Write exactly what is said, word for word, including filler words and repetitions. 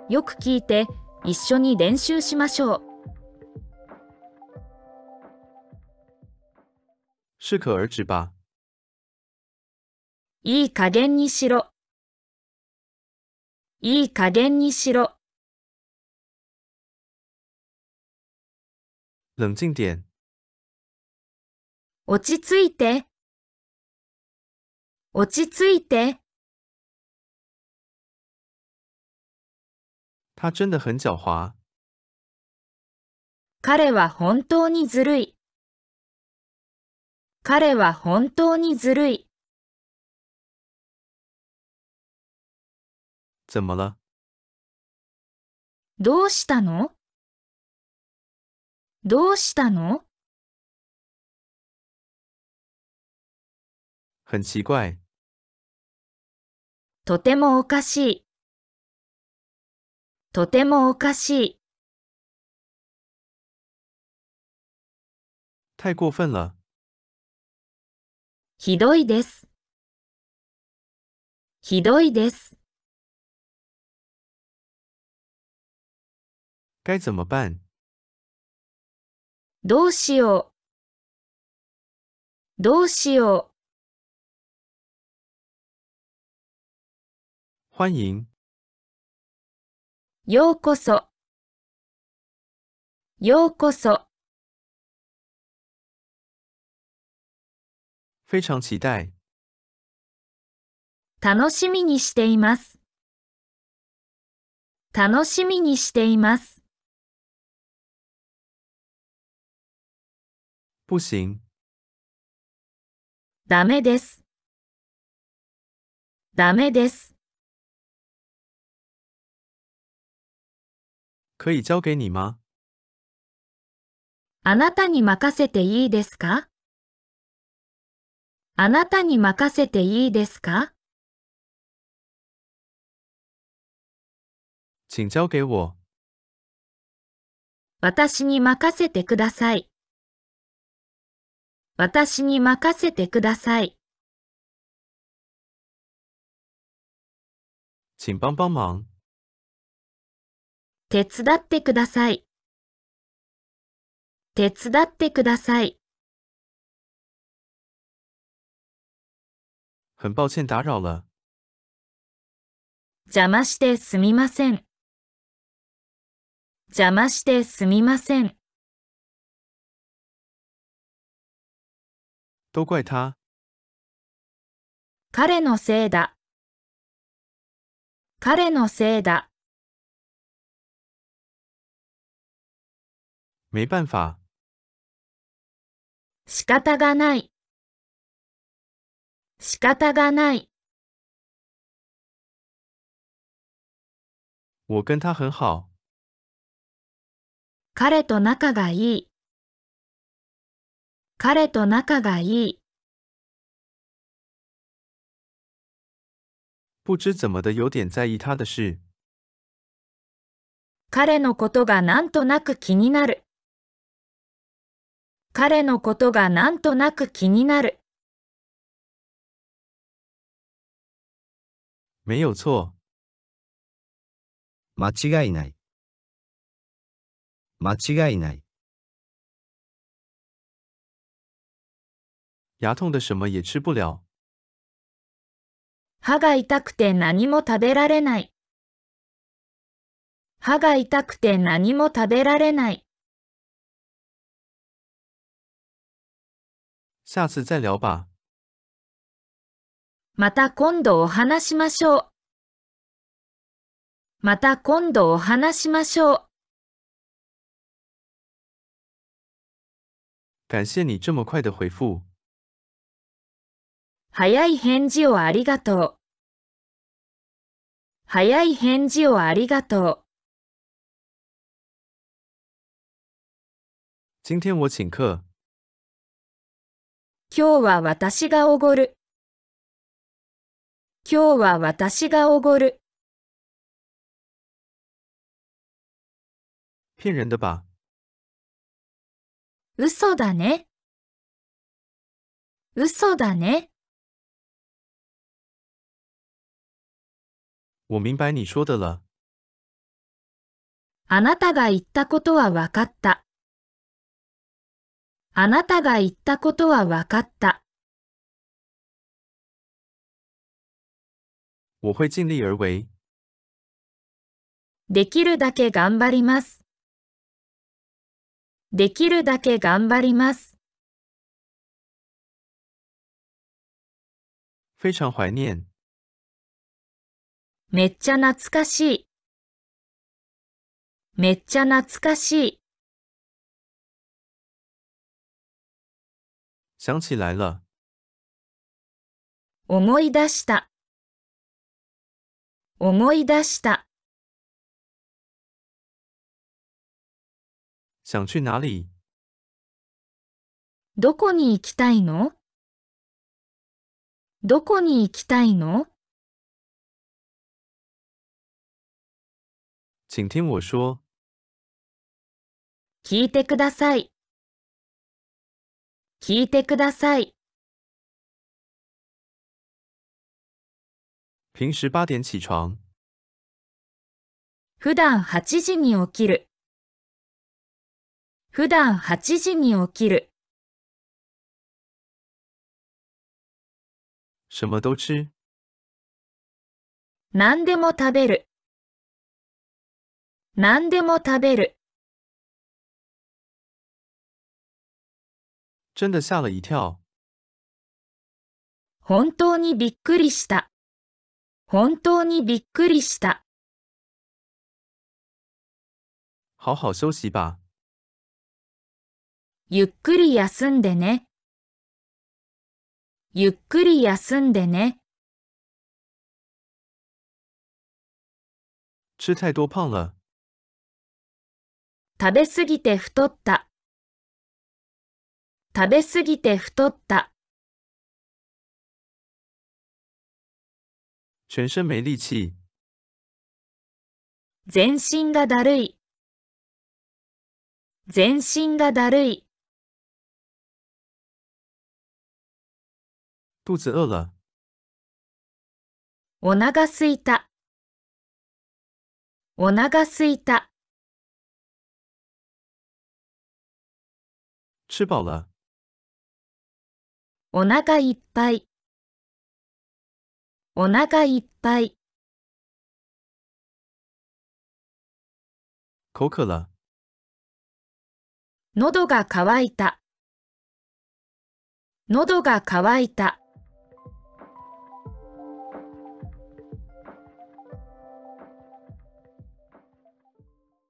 よく聞いて、一緒に練習しましょう。 适可而止吧。 いい加減にしろ。いい加減にしろ。 冷静点。 落ち着いて。落ち着いて。 他真的很狡猾。 彼は本当にずるい。彼は本当にずるい。 怎么了？ どうしたの？どうしたの？ 很奇怪。 とてもおかしい。とてもおかしい。 太过分了。 ひどいです。ひどいです。 该怎么办？ どうしよう。どうしよ欢迎。 う。ようこそ。ようこそ。 非常期待。 楽しみにしています。楽しみにしています。 不行。 ダメです。ダメです。 可以交给你吗？ あなたに任せていいですか？あなたに任せていいですか？ 请交给我。 私に任せてください。私に任せてください。 请帮帮忙。 手伝ってください。手伝ってください。 很抱歉打扰了。 邪魔してすみません。邪魔してすみません。 都怪他。 彼のせいだ。彼のせいだ。 没办法。 仕方がない。仕方がない。 我跟他很好。 彼と仲がいい。彼と仲がいい。 不知怎么的有点在意他的事。 彼のことがなんとなく気になる。彼のことがなんとなく気になる。 没有错。 間違いない。間違いない。 牙痛的什么也吃不了。 歯が痛くて何も食べられない。歯が痛くて何も食べられない。 下次再聊吧。 また今度お話しましょう。また今度お話しましょう。 感谢你这么快的回复。 早い返事をありがとう。早い返事をありがとう。 今天我请客。 今日は私がおごる。今日は私がおごる。 骗人的吧。 嘘だね。嘘だね。 我明白你说的了。 あなたが言ったことはわかった。あなたが言ったことはわかった。 我会尽力而为。 できるだけ頑張ります。できるだけ頑張ります。 非常怀念。 めっちゃ懐かしい。めっちゃ懐かしい。 想起来了。 思い出した。思い出した。 想去哪里？ どこに行きたいの？どこに行きたいの？ 请听我说。 聞いてください。聞いてください。 平时八点起床。 普段はちじに起きる。普段はちじに起きる。 什么都吃。 何でも食べる。何でも食べる。 真的吓了一跳。 本当にびっくりした。本当にびっくりした。 好好休息吧。 ゆっくり休んでね。ゆっくり休んでね。 吃太多胖了。 食べすぎて太った。食べすぎて太った。 全身没力气。 全身がだるい。全身がだるい。 肚子饿了。 お腹すいた。お腹すいた。 吃饱了。 お腹いっぱい。お腹いっぱい。 口渴了。 喉が渇いた。喉が渇いた。